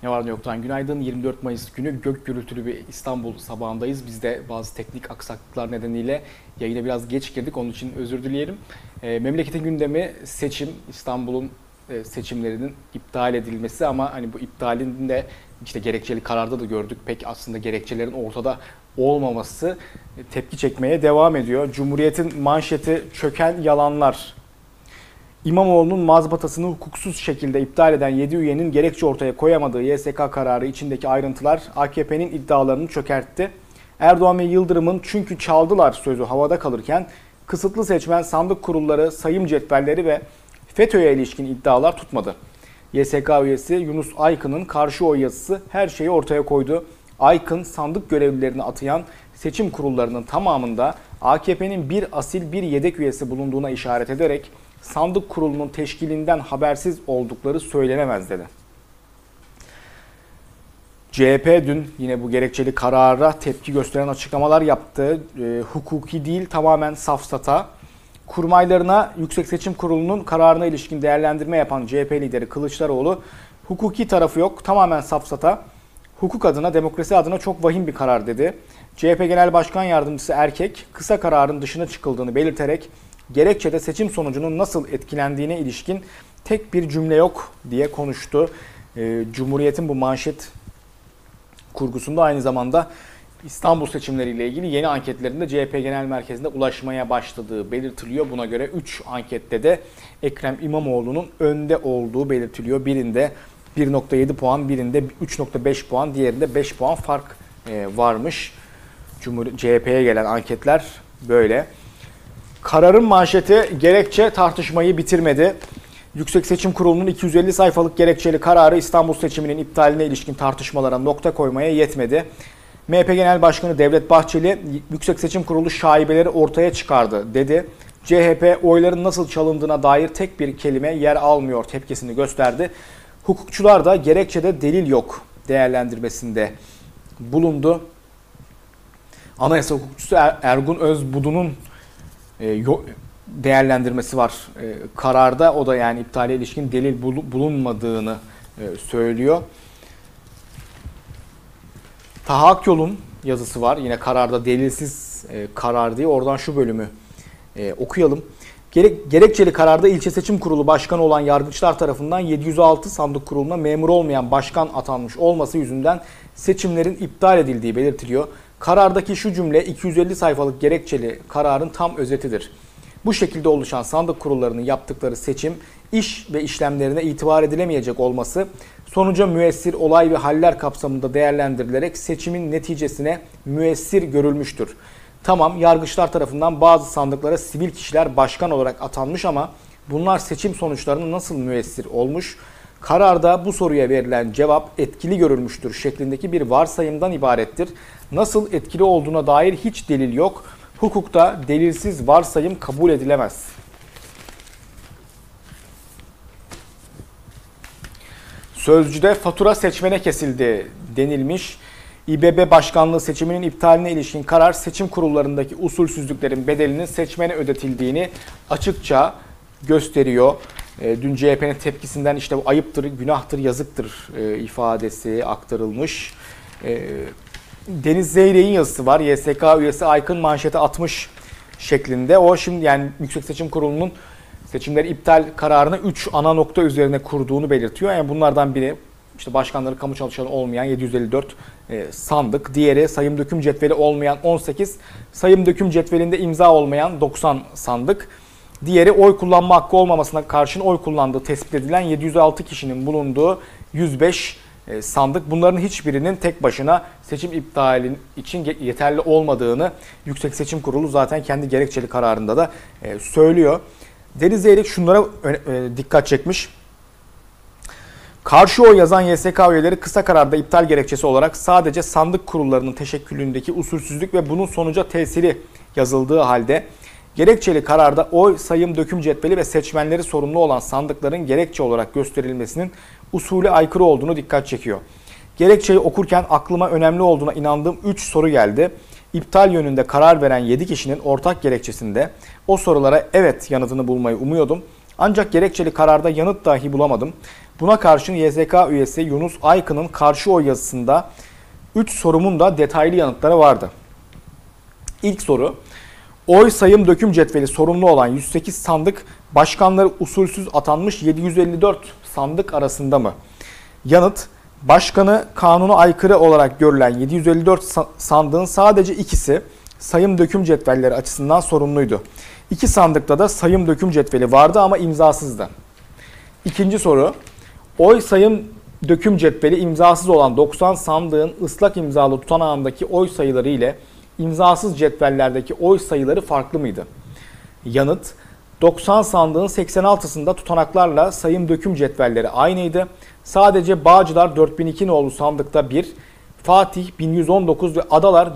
Ne var ne yoktan günaydın. 24 Mayıs günü gök gürültülü bir İstanbul sabahındayız. Biz de bazı teknik aksaklıklar nedeniyle yayına biraz geç girdik. Onun için özür dileyelim. Memleketin gündemi seçim. İstanbul'un seçimlerinin iptal edilmesi ama hani bu iptalin de işte gerekçeli kararda da gördük. Pek aslında gerekçelerin ortada olmaması tepki çekmeye devam ediyor. Cumhuriyet'in manşeti çöken yalanlar. İmamoğlu'nun mazbatasını hukuksuz şekilde iptal eden 7 üyenin gerekçe ortaya koyamadığı YSK kararı içindeki ayrıntılar AKP'nin iddialarını çökertti. Erdoğan ve Yıldırım'ın çünkü çaldılar sözü havada kalırken kısıtlı seçmen sandık kurulları, sayım cetvelleri ve FETÖ'ye ilişkin iddialar tutmadı. YSK üyesi Yunus Aykın'ın karşı oy yazısı her şeyi ortaya koydu. Aykın sandık görevlilerini atayan seçim kurullarının tamamında AKP'nin bir asil bir yedek üyesi bulunduğuna işaret ederek sandık kurulunun teşkilinden habersiz oldukları söylenemez dedi. CHP dün yine bu gerekçeli karara tepki gösteren açıklamalar yaptı. Hukuki değil, tamamen safsata. Kurmaylarına Yüksek Seçim Kurulu'nun kararına ilişkin değerlendirme yapan CHP lideri Kılıçdaroğlu, hukuki tarafı yok, tamamen safsata. Hukuk adına, demokrasi adına çok vahim bir karar dedi. CHP Genel Başkan Yardımcısı Erkek, kısa kararın dışına çıkıldığını belirterek gerekçede seçim sonucunun nasıl etkilendiğine ilişkin tek bir cümle yok diye konuştu. Cumhuriyet'in bu manşet kurgusunda aynı zamanda İstanbul seçimleriyle ilgili yeni anketlerinde CHP Genel Merkezi'nde ulaşmaya başladığı belirtiliyor. Buna göre 3 ankette de Ekrem İmamoğlu'nun önde olduğu belirtiliyor. Birinde 1.7 puan, birinde 3.5 puan, diğerinde 5 puan fark varmış. CHP'ye gelen anketler böyle. Kararın manşeti gerekçe tartışmayı bitirmedi. Yüksek Seçim Kurulu'nun 250 sayfalık gerekçeli kararı İstanbul seçiminin iptaline ilişkin tartışmalara nokta koymaya yetmedi. MHP Genel Başkanı Devlet Bahçeli, Yüksek Seçim Kurulu şaibeleri ortaya çıkardı dedi. CHP oyların nasıl çalındığına dair tek bir kelime yer almıyor tepkisini gösterdi. Hukukçular da gerekçede delil yok değerlendirmesinde bulundu. Anayasa hukukçusu Ergun Özbudu'nun değerlendirmesi var kararda. O da yani iptale ilişkin delil bulunmadığını söylüyor. Taha Akyol'un yazısı var. Yine kararda delilsiz karar diye. Oradan şu bölümü okuyalım. Gerekçeli kararda ilçe seçim kurulu başkanı olan yargıçlar tarafından 706 sandık kuruluna memur olmayan başkan atanmış olması yüzünden seçimlerin iptal edildiği belirtiliyor. Karardaki şu cümle 250 sayfalık gerekçeli kararın tam özetidir. Bu şekilde oluşan sandık kurullarının yaptıkları seçim, iş ve işlemlerine itibar edilemeyecek olması, sonuca müessir olay ve haller kapsamında değerlendirilerek seçimin neticesine müessir görülmüştür. Tamam, yargıçlar tarafından bazı sandıklara sivil kişiler başkan olarak atanmış ama bunlar seçim sonuçlarına nasıl müessir olmuş? Kararda bu soruya verilen cevap etkili görülmüştür şeklindeki bir varsayımdan ibarettir. Nasıl etkili olduğuna dair hiç delil yok. Hukukta delilsiz varsayım kabul edilemez. Sözcüde fatura seçmene kesildi denilmiş. İBB Başkanlığı seçiminin iptaline ilişkin karar seçim kurullarındaki usulsüzlüklerin bedelinin seçmene ödetildiğini açıkça gösteriyor. Dün CHP'nin tepkisinden işte bu ayıptır, günahtır, yazıktır ifadesi aktarılmış. Deniz Zeyrek'in yazısı var. YSK üyesi Aykın manşete atmış şeklinde. O şimdi yani Yüksek Seçim Kurulu'nun seçimleri iptal kararını 3 ana nokta üzerine kurduğunu belirtiyor. Yani bunlardan biri işte başkanları kamu çalışanı olmayan 754 sandık. Diğeri sayım döküm cetveli olmayan 18, sayım döküm cetvelinde imza olmayan 90 sandık. Diğeri oy kullanma hakkı olmamasına karşın oy kullandığı tespit edilen 706 kişinin bulunduğu 105 sandık. Bunların hiçbirinin tek başına seçim iptali için yeterli olmadığını Yüksek Seçim Kurulu zaten kendi gerekçeli kararında da söylüyor. Deniz Zeyrek şunlara dikkat çekmiş. Karşı oy yazan YSK üyeleri kısa kararda iptal gerekçesi olarak sadece sandık kurullarının teşekkülündeki usulsüzlük ve bunun sonuca tesiri yazıldığı halde gerekçeli kararda oy, sayım, döküm cetveli ve seçmenleri sorumlu olan sandıkların gerekçe olarak gösterilmesinin usule aykırı olduğunu dikkat çekiyor. Gerekçeyi okurken aklıma önemli olduğuna inandığım 3 soru geldi. İptal yönünde karar veren 7 kişinin ortak gerekçesinde o sorulara evet yanıtını bulmayı umuyordum. Ancak gerekçeli kararda yanıt dahi bulamadım. Buna karşın YSK üyesi Yunus Aykın'ın karşı oy yazısında 3 sorumun da detaylı yanıtları vardı. İlk soru, oy sayım döküm cetveli sorumlu olan 108 sandık başkanları usulsüz atanmış 754 sandık arasında mı? Yanıt, başkanı kanuna aykırı olarak görülen 754 sandığın sadece ikisi sayım döküm cetvelleri açısından sorumluydu. İki sandıkta da sayım döküm cetveli vardı ama imzasızdı. İkinci soru, oy sayım döküm cetveli imzasız olan 90 sandığın ıslak imzalı tutanağındaki oy sayıları ile imzasız cetvellerdeki oy sayıları farklı mıydı? Yanıt, 90 sandığın 86'sında tutanaklarla sayım döküm cetvelleri aynıydı. Sadece Bağcılar 4002 nolu sandıkta 1, Fatih 1119 ve Adalar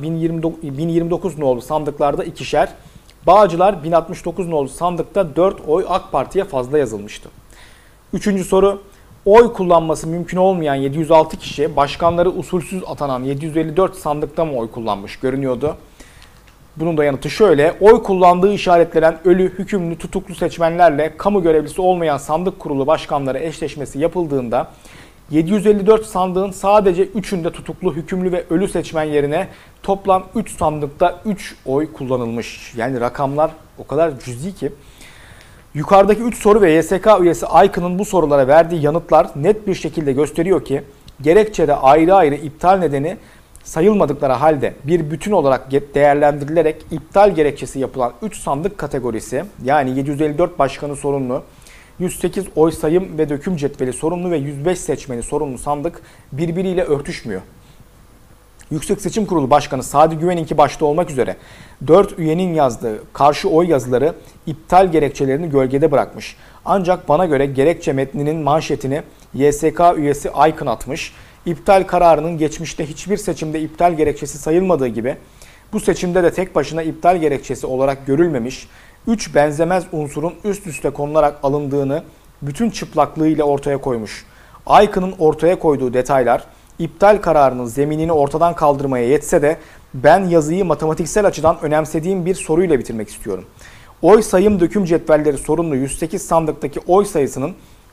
1029 nolu sandıklarda ikişer, Bağcılar 1069 nolu sandıkta 4 oy AK Parti'ye fazla yazılmıştı. Üçüncü soru, oy kullanması mümkün olmayan 706 kişi başkanları usulsüz atanan 754 sandıkta mı oy kullanmış görünüyordu? Bunun da yanıtı şöyle, oy kullandığı işaretlenen ölü, hükümlü, tutuklu seçmenlerle kamu görevlisi olmayan sandık kurulu başkanları eşleşmesi yapıldığında 754 sandığın sadece 3'ünde tutuklu, hükümlü ve ölü seçmen yerine toplam 3 sandıkta 3 oy kullanılmış. Yani rakamlar o kadar cüzi ki. Yukarıdaki 3 soru ve YSK üyesi Aykın'ın bu sorulara verdiği yanıtlar net bir şekilde gösteriyor ki gerekçede ayrı ayrı iptal nedeni sayılmadıkları halde bir bütün olarak değerlendirilerek iptal gerekçesi yapılan 3 sandık kategorisi, yani 754 başkanı sorumlu, 108 oy sayım ve döküm cetveli sorumlu ve 105 seçmeni sorumlu sandık birbiriyle örtüşmüyor. Yüksek Seçim Kurulu Başkanı Sadi Güven'inki başta olmak üzere 4 üyenin yazdığı karşı oy yazıları iptal gerekçelerini gölgede bırakmış. Ancak bana göre gerekçe metninin manşetini YSK üyesi Aykın atmış. İptal kararının geçmişte hiçbir seçimde iptal gerekçesi sayılmadığı gibi bu seçimde de tek başına iptal gerekçesi olarak görülmemiş, 3 benzemez unsurun üst üste konularak alındığını bütün çıplaklığıyla ortaya koymuş. Aykın'ın ortaya koyduğu detaylar iptal kararının zeminini ortadan kaldırmaya yetse de ben yazıyı matematiksel açıdan önemsediğim bir soruyla bitirmek istiyorum. Oy sayım döküm cetvelleri sorumlu 108 sandıktaki oy sayısının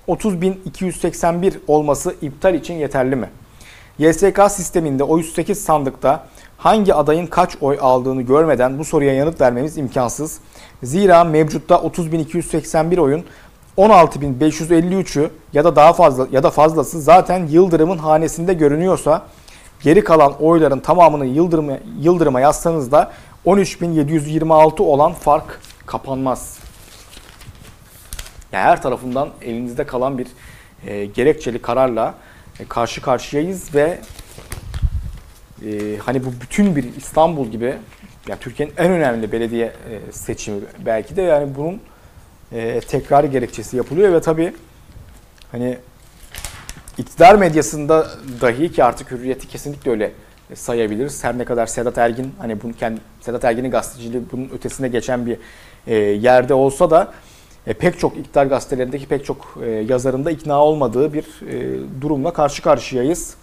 30.281 olması iptal için yeterli mi? YSK sisteminde o 108 sandıkta hangi adayın kaç oy aldığını görmeden bu soruya yanıt vermemiz imkansız. Zira mevcutta 30.281 oyun 16.553'ü ya da daha fazla ya da fazlası zaten Yıldırım'ın hanesinde görünüyorsa geri kalan oyların tamamını Yıldırım'a yazsanız da 13.726 olan fark kapanmaz. Yani her tarafından elinizde kalan bir gerekçeli kararla karşı karşıyayız ve hani bu bütün bir İstanbul gibi, yani Türkiye'nin en önemli belediye seçimi belki de, yani bunun tekrar gerekçesi yapılıyor ve tabii hani iktidar medyasında dahi, ki artık Hürriyet'i kesinlikle öyle sayabiliriz. Her ne kadar Sedat Ergin, hani bunu Sedat Ergin'in gazeteciliği bunun ötesine geçen bir yerde olsa da pek çok iktidar gazetelerindeki pek çok yazarın da ikna olmadığı bir durumla karşı karşıyayız.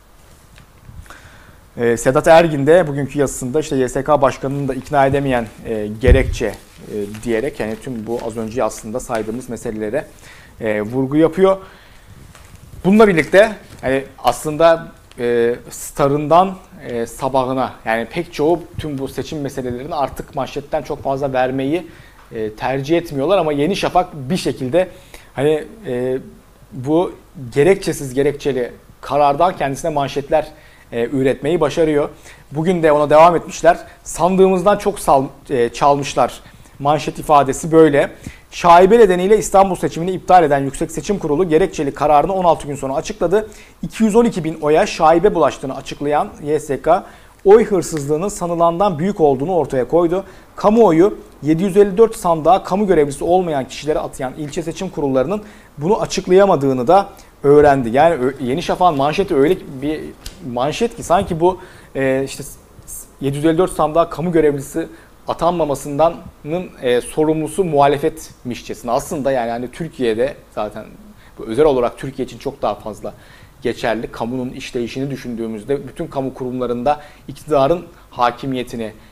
Sedat Ergin de bugünkü yazısında işte YSK Başkanı'nı da ikna edemeyen gerekçe diyerek, yani tüm bu az önce aslında saydığımız meselelere vurgu yapıyor. Bununla birlikte hani aslında starından sabahına, yani pek çoğu tüm bu seçim meselelerini artık manşetten çok fazla vermeyi tercih etmiyorlar ama Yeni Şafak bir şekilde hani bu gerekçesiz gerekçeli karardan kendisine manşetler üretmeyi başarıyor. Bugün de ona devam etmişler. Sandığımızdan çok çalmışlar. Manşet ifadesi böyle. Şaibe nedeniyle İstanbul seçimini iptal eden Yüksek Seçim Kurulu gerekçeli kararını 16 gün sonra açıkladı. 212 bin oya şaibe bulaştığını açıklayan YSK, oy hırsızlığının sanılandan büyük olduğunu ortaya koydu. Kamuoyu 754 sandığa kamu görevlisi olmayan kişilere atayan ilçe seçim kurullarının bunu açıklayamadığını da öğrendi. Yani Yeni Şafak'ın manşeti öyle bir manşet ki sanki bu işte 754 sandığa kamu görevlisi atanmamasının sorumlusu muhalefetmişçesine. Aslında yani hani Türkiye'de zaten bu özel olarak Türkiye için çok daha fazla geçerli. Kamunun işleyişini düşündüğümüzde bütün kamu kurumlarında iktidarın hakimiyetini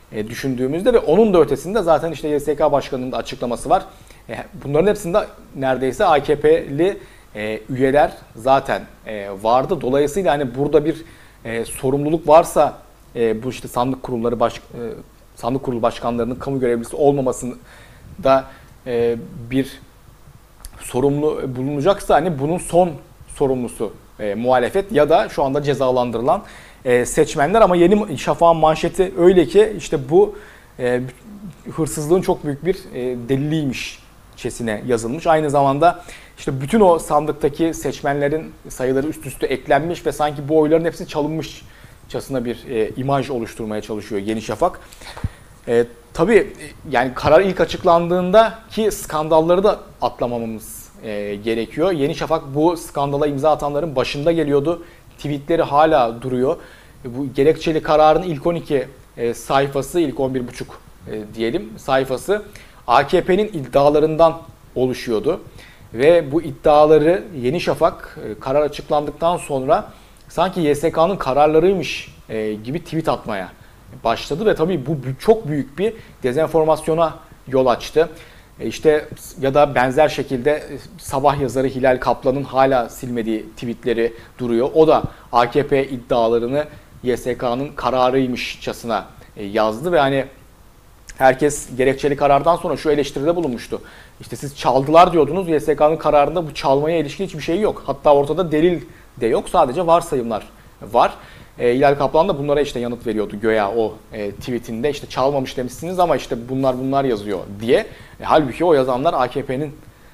düşündüğümüzde ve onun da ötesinde zaten işte YSK Başkanı'nın da açıklaması var. Bunların hepsinde neredeyse AKP'li üyeler zaten vardı. Dolayısıyla hani burada bir sorumluluk varsa bu işte sandık kurulu başkanlarının kamu görevlisi olmamasında bir sorumlu bulunacaksa hani bunun son sorumlusu muhalefet ya da şu anda cezalandırılan seçmenler. Ama Yeni Şafak'ın manşeti öyle ki işte bu hırsızlığın çok büyük bir deliliymişçesine yazılmış. Aynı zamanda işte bütün o sandıktaki seçmenlerin sayıları üst üste eklenmiş ve sanki bu oyların hepsi çalınmışçasına bir imaj oluşturmaya çalışıyor Yeni Şafak. Tabii yani karar ilk açıklandığında ki skandalları da atlamamamız gerekiyor. Yeni Şafak bu skandala imza atanların başında geliyordu. Tweetleri hala duruyor. Bu gerekçeli kararın ilk 12 sayfası, ilk 11,5 diyelim sayfası AKP'nin iddialarından oluşuyordu. Ve bu iddiaları Yeni Şafak karar açıklandıktan sonra sanki YSK'nın kararlarıymış gibi tweet atmaya başladı ve tabii bu çok büyük bir dezenformasyona yol açtı. İşte ya da benzer şekilde sabah yazarı Hilal Kaplan'ın hala silmediği tweetleri duruyor. O da AKP iddialarını YSK'nın kararıymışçasına yazdı ve hani herkes gerekçeli karardan sonra şu eleştiride bulunmuştu. İşte siz çaldılar diyordunuz. YSK'nın kararında bu çalmaya ilişkin hiçbir şey yok. Hatta ortada delil de yok. Sadece varsayımlar var. Hilal Kaplan da bunlara işte yanıt veriyordu göya o tweetinde. İşte çalmamış demişsiniz ama işte bunlar yazıyor diye. Halbuki o yazanlar AKP'nin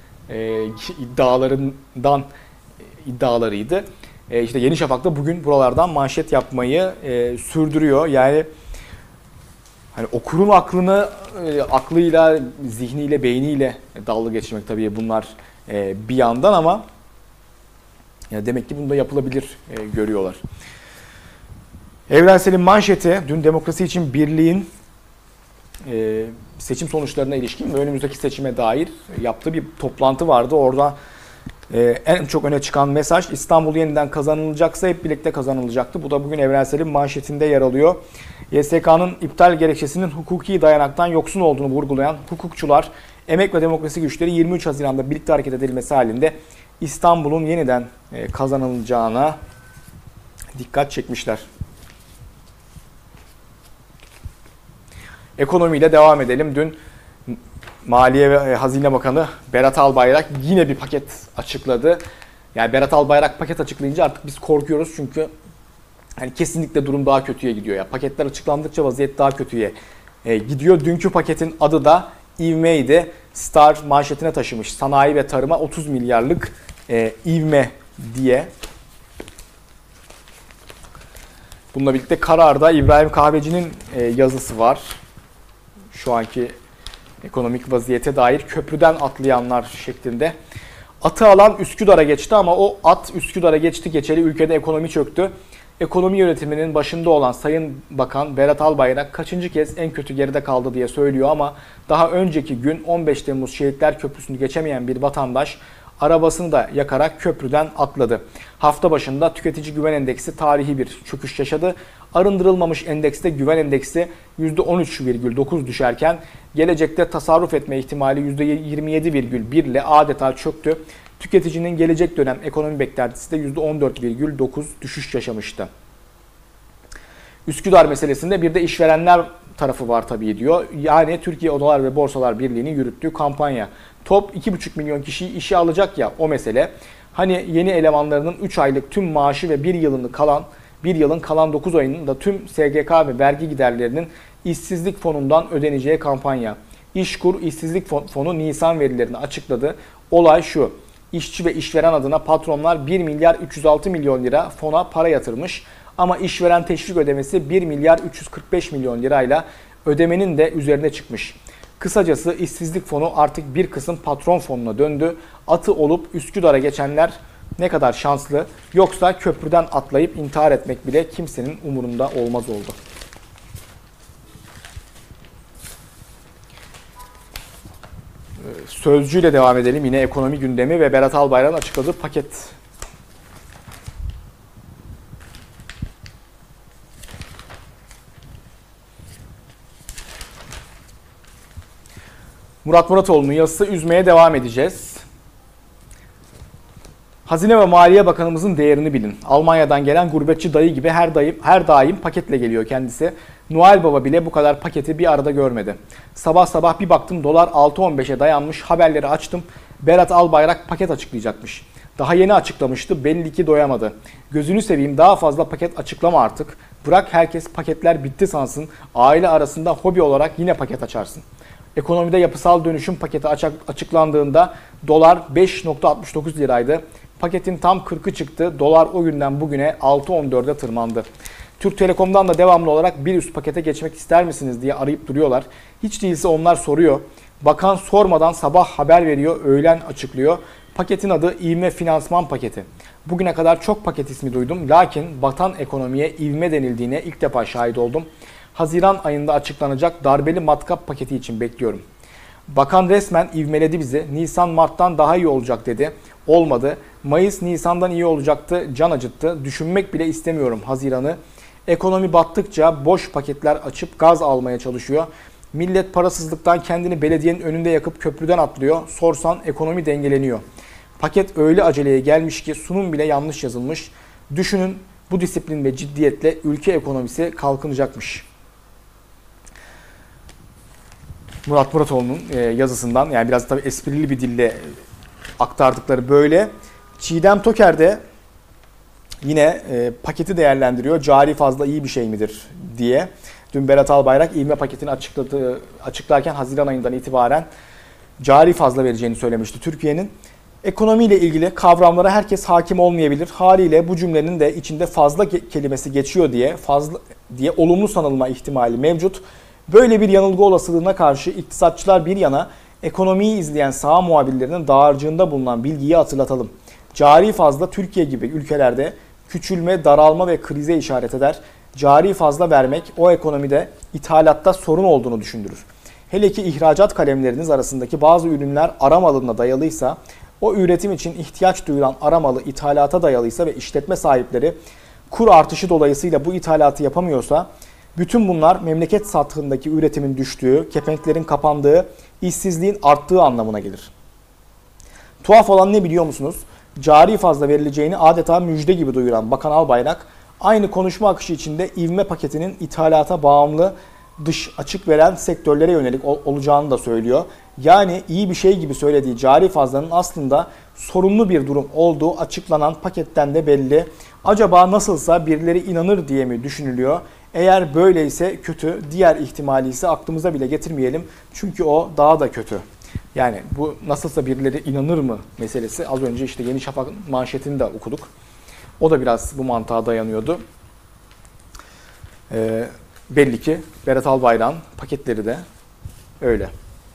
iddialarıydı. İşte Yeni Şafak da bugün buralardan manşet yapmayı sürdürüyor. Yani hani okurun aklıyla, zihniyle, beyniyle dalga geçmek tabii bunlar bir yandan ama ya demek ki bunda yapılabilir görüyorlar. Evrensel'in manşeti dün Demokrasi için Birliğin seçim sonuçlarına ilişkin ve önümüzdeki seçime dair yaptığı bir toplantı vardı. Orada en çok öne çıkan mesaj İstanbul yeniden kazanılacaksa hep birlikte kazanılacaktı. Bu da bugün Evrensel'in manşetinde yer alıyor. YSK'nın iptal gerekçesinin hukuki dayanaktan yoksun olduğunu vurgulayan hukukçular, emek ve demokrasi güçleri 23 Haziran'da birlikte hareket edilmesi halinde İstanbul'un yeniden kazanılacağına dikkat çekmişler. Ekonomiyle devam edelim. Dün Maliye ve Hazine Bakanı Berat Albayrak yine bir paket açıkladı. Yani Berat Albayrak paket açıklayınca artık biz korkuyoruz çünkü hani kesinlikle durum daha kötüye gidiyor. Ya paketler açıklandıkça vaziyet daha kötüye gidiyor. Dünkü paketin adı da ivmeydi. Star manşetine taşımış. Sanayi ve tarıma 30 milyarlık ivme diye. Bununla birlikte kararda İbrahim Kahveci'nin yazısı var. Şu anki ekonomik vaziyete dair köprüden atlayanlar şeklinde. Atı alan Üsküdar'a geçti ama o at Üsküdar'a geçti geçeli ülkede ekonomi çöktü. Ekonomi yönetiminin başında olan Sayın Bakan Berat Albayrak kaçıncı kez en kötü geride kaldı diye söylüyor ama daha önceki gün 15 Temmuz Şehitler Köprüsü'nü geçemeyen bir vatandaş arabasını da yakarak köprüden atladı. Hafta başında tüketici güven endeksi tarihi bir çöküş yaşadı. Arındırılmamış endekste güven endeksi %13,9 düşerken gelecekte tasarruf etme ihtimali %27,1 ile adeta çöktü. Tüketicinin gelecek dönem ekonomi beklentisi de %14,9 düşüş yaşamıştı. Üsküdar meselesinde bir de işverenler tarafı var tabii diyor. Yani Türkiye Odalar ve Borsalar Birliği'nin yürüttüğü kampanya. TOP 2,5 milyon kişiyi işe alacak ya o mesele. Hani yeni elemanlarının 3 aylık tüm maaşı ve bir yılın kalan 9 ayının da tüm SGK ve vergi giderlerinin işsizlik fonundan ödeneceği kampanya. İşkur işsizlik fonu Nisan verilerini açıkladı. Olay şu. İşçi ve işveren adına patronlar 1 milyar 306 milyon lira fona para yatırmış. Ama işveren teşvik ödemesi 1 milyar 345 milyon lirayla ödemenin de üzerine çıkmış. Kısacası işsizlik fonu artık bir kısım patron fonuna döndü. Atı olup Üsküdar'a geçenler ne kadar şanslı, yoksa köprüden atlayıp intihar etmek bile kimsenin umurunda olmaz oldu. Sözcüyle devam edelim. Yine ekonomi gündemi ve Berat Albayrak'ın açıkladığı paket. Murat Muratoğlu'nun yazısı, üzmeye devam edeceğiz. Hazine ve Maliye Bakanımızın değerini bilin. Almanya'dan gelen gurbetçi dayı gibi her daim paketle geliyor kendisi. Noel Baba bile bu kadar paketi bir arada görmedi. Sabah sabah bir baktım dolar 6.15'e dayanmış. Haberleri açtım. Berat Albayrak paket açıklayacakmış. Daha yeni açıklamıştı. Belli ki doyamadı. Gözünü seveyim, daha fazla paket açıklama artık. Bırak herkes paketler bitti sansın. Aile arasında hobi olarak yine paket açarsın. Ekonomide yapısal dönüşüm paketi açıklandığında dolar 5.69 liraydı. Paketin tam 40'ı çıktı. Dolar o günden bugüne 6.14'e tırmandı. Türk Telekom'dan da devamlı olarak bir üst pakete geçmek ister misiniz diye arayıp duruyorlar. Hiç değilse onlar soruyor. Bakan sormadan sabah haber veriyor, öğlen açıklıyor. Paketin adı ivme finansman paketi. Bugüne kadar çok paket ismi duydum. Lakin batan ekonomiye ivme denildiğine ilk defa şahit oldum. Haziran ayında açıklanacak darbeli matkap paketi için bekliyorum. Bakan resmen ivmeledi bizi. Nisan Mart'tan daha iyi olacak dedi. Olmadı. Mayıs Nisan'dan iyi olacaktı. Can acıttı. Düşünmek bile istemiyorum Haziran'ı. Ekonomi battıkça boş paketler açıp gaz almaya çalışıyor. Millet parasızlıktan kendini belediyenin önünde yakıp köprüden atlıyor. Sorsan ekonomi dengeleniyor. Paket öyle aceleye gelmiş ki sunum bile yanlış yazılmış. Düşünün, bu disiplin ve ciddiyetle ülke ekonomisi kalkınacakmış. Murat Muratoğlu'nun yazısından, yani biraz tabii esprili bir dille aktardıkları böyle. Çiğdem Toker de yine paketi değerlendiriyor. Cari fazla iyi bir şey midir diye. Dün Berat Albayrak ivme paketini açıklarken Haziran ayından itibaren cari fazla vereceğini söylemişti Türkiye'nin. Ekonomiyle ilgili kavramlara herkes hakim olmayabilir. Haliyle bu cümlenin de içinde fazla kelimesi geçiyor diye olumlu sanılma ihtimali mevcut. Böyle bir yanılgı olasılığına karşı iktisatçılar bir yana, ekonomiyi izleyen saha muhabirlerinin dağarcığında bulunan bilgiyi hatırlatalım. Cari fazla Türkiye gibi ülkelerde küçülme, daralma ve krize işaret eder. Cari fazla vermek o ekonomide ithalatta sorun olduğunu düşündürür. Hele ki ihracat kalemleriniz arasındaki bazı ürünler aram alına dayalıysa, o üretim için ihtiyaç duyulan aramalı ithalata dayalıysa ve işletme sahipleri kur artışı dolayısıyla bu ithalatı yapamıyorsa, bütün bunlar memleket sathındaki üretimin düştüğü, kepenklerin kapandığı, işsizliğin arttığı anlamına gelir. Tuhaf olan ne biliyor musunuz? Cari fazla verileceğini adeta müjde gibi duyuran Bakan Albayrak, aynı konuşma akışı içinde ivme paketinin ithalata bağımlı dış açık veren sektörlere yönelik olacağını da söylüyor. Yani iyi bir şey gibi söylediği cari fazlanın aslında sorunlu bir durum olduğu açıklanan paketten de belli. Acaba nasılsa birileri inanır diye mi düşünülüyor? Eğer böyleyse kötü, diğer ihtimali ise aklımıza bile getirmeyelim. Çünkü o daha da kötü. Yani bu nasılsa birileri inanır mı meselesi, az önce işte Yeni Şafak manşetini de okuduk. O da biraz bu mantığa dayanıyordu. Belli ki Berat Albayrak'ın paketleri de öyle.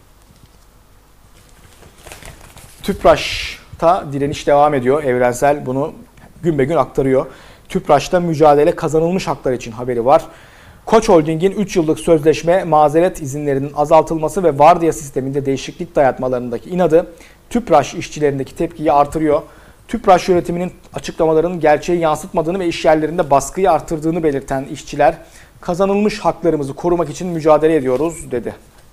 TÜPRAŞ'ta direniş devam ediyor. Evrensel bunu gün be gün aktarıyor. TÜPRAŞ'ta mücadele kazanılmış haklar için haberi var. Koç Holding'in 3 yıllık sözleşme, mazeret izinlerinin azaltılması ve vardiya sisteminde değişiklik dayatmalarındaki inadı TÜPRAŞ işçilerindeki tepkiyi artırıyor. TÜPRAŞ yönetiminin açıklamalarının gerçeği yansıtmadığını ve işyerlerinde baskıyı artırdığını belirten işçiler, kazanılmış haklarımızı korumak için mücadele ediyoruz dedi.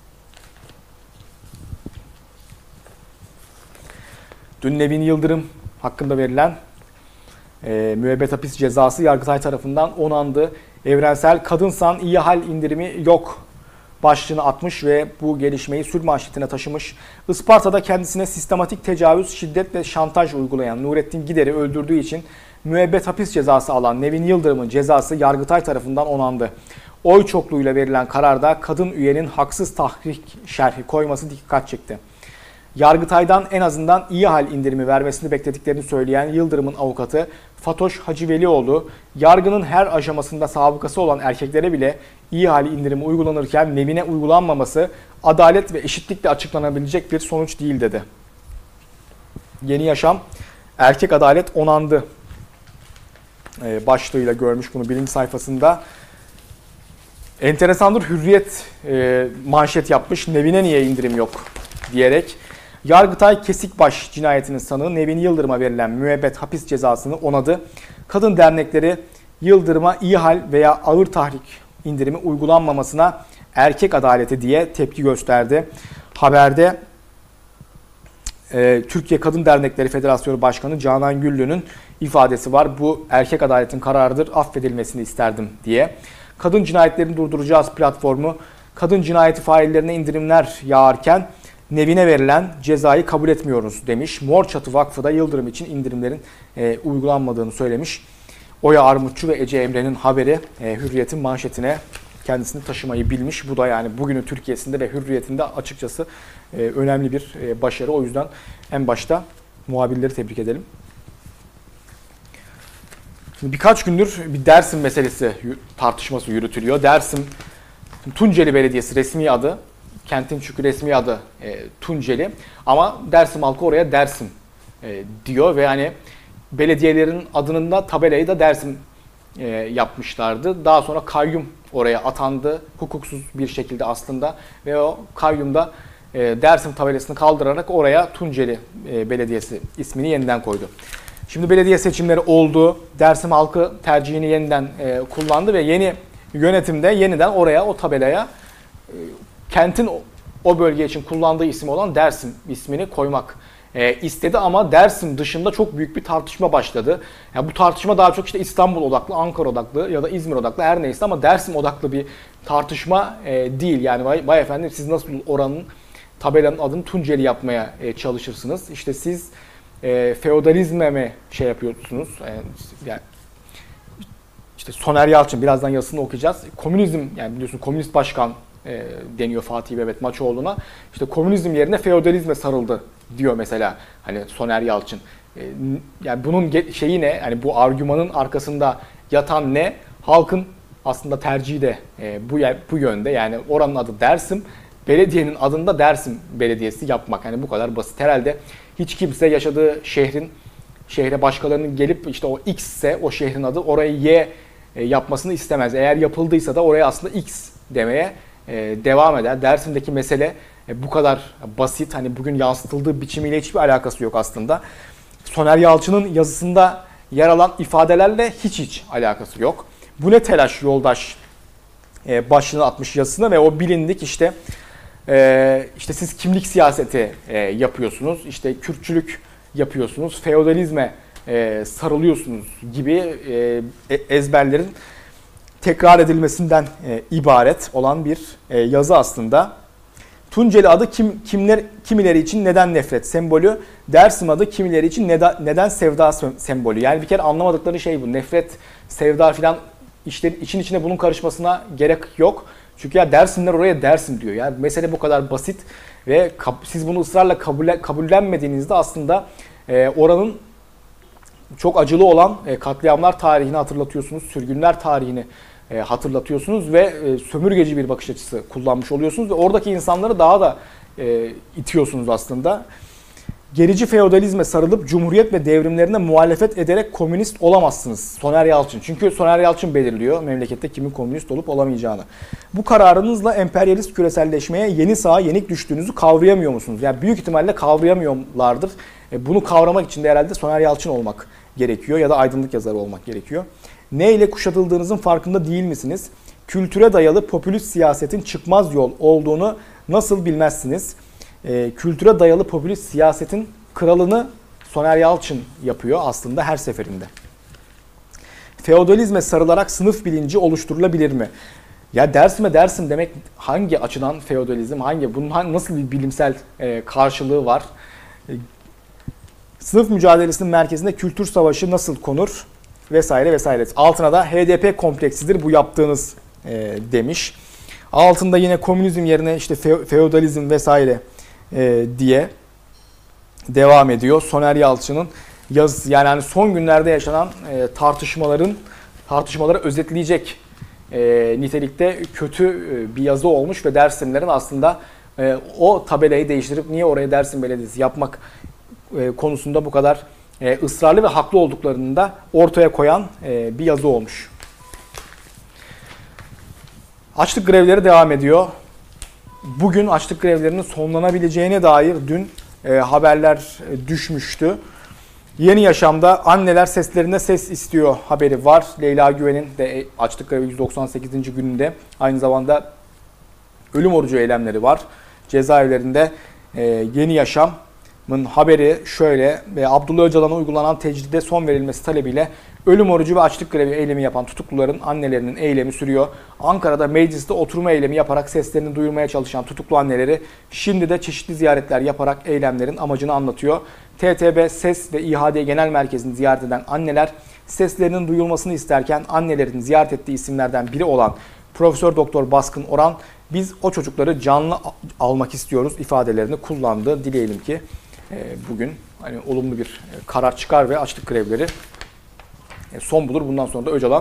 Dün Nevin Yıldırım hakkında verilen müebbet hapis cezası Yargıtay tarafından onandı. Evrensel kadınsan iyi hal indirimi yok başlığını atmış ve bu gelişmeyi sürmanşetine taşımış. Isparta'da kendisine sistematik tecavüz, şiddet ve şantaj uygulayan Nurettin Gider'i öldürdüğü için müebbet hapis cezası alan Nevin Yıldırım'ın cezası Yargıtay tarafından onandı. Oy çokluğuyla verilen kararda kadın üyenin haksız tahrik şerhi koyması dikkat çekti. Yargıtay'dan en azından iyi hal indirimi vermesini beklediklerini söyleyen Yıldırım'ın avukatı Fatoş Hacıvelioğlu, yargının her aşamasında sabıkası olan erkeklere bile iyi hal indirimi uygulanırken Nevin'e uygulanmaması adalet ve eşitlikle açıklanabilecek bir sonuç değil dedi. Yeni Yaşam, erkek adalet onandı başlığıyla görmüş bunu birinci sayfasında. Enteresandır, Hürriyet manşet yapmış, Nevin'e niye indirim yok diyerek. Yargıtay Kesikbaş cinayetinin sanığı Nevin Yıldırım'a verilen müebbet hapis cezasını onadı. Kadın dernekleri Yıldırım'a iyi hal veya ağır tahrik indirimi uygulanmamasına erkek adaleti diye tepki gösterdi. haberde Türkiye Kadın Dernekleri Federasyonu Başkanı Canan Güllü'nün ifadesi var. Bu erkek adaletin kararıdır, affedilmesini isterdim diye. Kadın cinayetlerini durduracağız platformu, kadın cinayeti faillerine indirimler yağarken nevine verilen cezayı kabul etmiyoruz demiş. Mor Çatı Vakfı da Yıldırım için indirimlerin uygulanmadığını söylemiş. Oya Armutçu ve Ece Emre'nin haberi Hürriyet'in manşetine kendisini taşımayı bilmiş. Bu da yani bugünün Türkiye'sinde ve Hürriyet'inde açıkçası önemli bir başarı. O yüzden en başta muhabirleri tebrik edelim. Şimdi birkaç gündür bir Dersim meselesi tartışması yürütülüyor. Dersim Tunceli Belediyesi resmi adı, kentin çünkü resmi adı Tunceli ama Dersim halkı oraya Dersim diyor ve hani belediyelerin adının da tabelayı da Dersim yapmışlardı. Daha sonra kayyum oraya atandı hukuksuz bir şekilde aslında ve o kayyum da Dersim tabelasını kaldırarak oraya Tunceli Belediyesi ismini yeniden koydu. Şimdi belediye seçimleri oldu. Dersim halkı tercihini yeniden kullandı ve yeni yönetimde yeniden oraya o tabelaya kentin o bölge için kullandığı isim olan Dersim ismini koymak istedi ama Dersim dışında çok büyük bir tartışma başladı. Yani bu tartışma daha çok işte İstanbul odaklı, Ankara odaklı ya da İzmir odaklı her neyse ama Dersim odaklı bir tartışma değil. Yani vay efendim siz nasıl oranın tabelanın adını Tunceli yapmaya çalışırsınız? İşte siz feodalizme mi şey yapıyorsunuz? Yani işte Soner Yalçın birazdan yazısını okuyacağız. Komünizm yani biliyorsun komünist başkan deniyor Fatih Mehmet Maçoğlu'na. İşte komünizm yerine feodalizme sarıldı diyor mesela hani Soner Yalçın. Yani bunun şeyi ne? Yani bu argümanın arkasında yatan ne? Halkın aslında tercihi de bu yönde. Yani oranın adı Dersim, belediyenin adını da Dersim Belediyesi yapmak. Yani bu kadar basit. Herhalde hiç kimse yaşadığı şehre başkalarının gelip işte o X ise o şehrin adı orayı Y yapmasını istemez. Eğer yapıldıysa da oraya aslında X demeye devam eder. Dersim'deki mesele bu kadar basit. Hani bugün yansıtıldığı biçimiyle hiçbir alakası yok aslında. Soner Yalçın'ın yazısında yer alan ifadelerle hiç alakası yok. Bu ne telaş yoldaş başlığını atmış yazısına ve o bilindik işte siz kimlik siyaseti yapıyorsunuz, işte Kürtçülük yapıyorsunuz, feodalizme sarılıyorsunuz gibi ezberlerin tekrar edilmesinden ibaret olan bir yazı aslında. Tunceli adı kimileri için neden nefret sembolü, Dersim adı kimileri için neden sevda sembolü. Yani bir kere anlamadıkları şey bu. Nefret, sevda filan için içine bunun karışmasına gerek yok. Çünkü ya Dersimler oraya Dersim diyor. Yani mesele bu kadar basit ve siz bunu ısrarla kabullenmediğinizde aslında oranın çok acılı olan katliamlar tarihini hatırlatıyorsunuz, sürgünler tarihini hatırlatıyorsunuz ve sömürgeci bir bakış açısı kullanmış oluyorsunuz ve oradaki insanları daha da itiyorsunuz aslında. Gerici feodalizme sarılıp cumhuriyet ve devrimlerine muhalefet ederek komünist olamazsınız. Soner Yalçın. Çünkü Soner Yalçın belirliyor memlekette kimin komünist olup olamayacağını. Bu kararınızla emperyalist küreselleşmeye yeni sağa yenik düştüğünüzü kavrayamıyor musunuz? Yani büyük ihtimalle kavrayamıyorlardır. Bunu kavramak için de herhalde Soner Yalçın olmak gerekiyor ya da aydınlık yazarı olmak gerekiyor. Ne ile kuşatıldığınızın farkında değil misiniz? Kültüre dayalı popülist siyasetin çıkmaz yol olduğunu nasıl bilmezsiniz? Kültüre dayalı popülist siyasetin kralını Soner Yalçın yapıyor aslında her seferinde. Feodalizme sarılarak sınıf bilinci oluşturulabilir mi? Ya Dersim demek hangi açıdan feodalizm, bunun nasıl bir bilimsel karşılığı var? Sınıf mücadelesinin merkezinde kültür savaşı nasıl konur? Vesaire vesaire. Altına da HDP kompleksidir bu yaptığınız demiş. Altında yine komünizm yerine işte feodalizm vesaire diye devam ediyor. Soner Yalçın'ın yazısı yani hani son günlerde yaşanan tartışmaları özetleyecek nitelikte kötü bir yazı olmuş ve Dersimlerin aslında o tabelayı değiştirip niye oraya Dersim Belediyesi yapmak konusunda bu kadar ısrarlı ve haklı olduklarını da ortaya koyan bir yazı olmuş. Açlık grevleri devam ediyor. Bugün açlık grevlerinin sonlanabileceğine dair dün haberler düşmüştü. Yeni Yaşam'da anneler seslerine ses istiyor haberi var. Leyla Güven'in de açlık grevi 198. gününde aynı zamanda ölüm orucu eylemleri var. cezaevlerinde Yeni Yaşam'ın haberi şöyle: Abdullah Öcalan'a uygulanan tecride son verilmesi talebiyle ölüm orucu ve açlık grevi eylemi yapan tutukluların annelerinin eylemi sürüyor. Ankara'da mecliste oturma eylemi yaparak seslerini duyurmaya çalışan tutuklu anneleri şimdi de çeşitli ziyaretler yaparak eylemlerin amacını anlatıyor. TTB Ses ve İHAD Genel Merkezi'ni ziyaret eden anneler seslerinin duyulmasını isterken annelerin ziyaret ettiği isimlerden biri olan Profesör Doktor Baskın Oran, biz o çocukları canlı almak istiyoruz ifadelerini kullandı. Dileyelim ki bugün hani olumlu bir karar çıkar ve açlık grevleri son bulur. Bundan sonra da Öcalan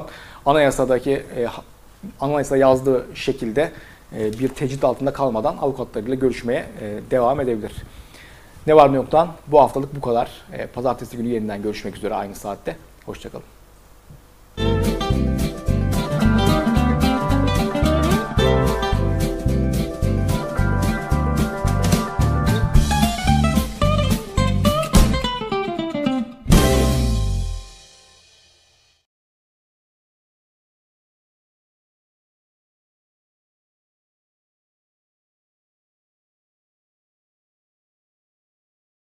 anayasa yazdığı şekilde bir tecrit altında kalmadan avukatlarıyla görüşmeye devam edebilir. Ne var ne yoktan bu haftalık bu kadar. Pazartesi günü yeniden görüşmek üzere aynı saatte. Hoşça kalın.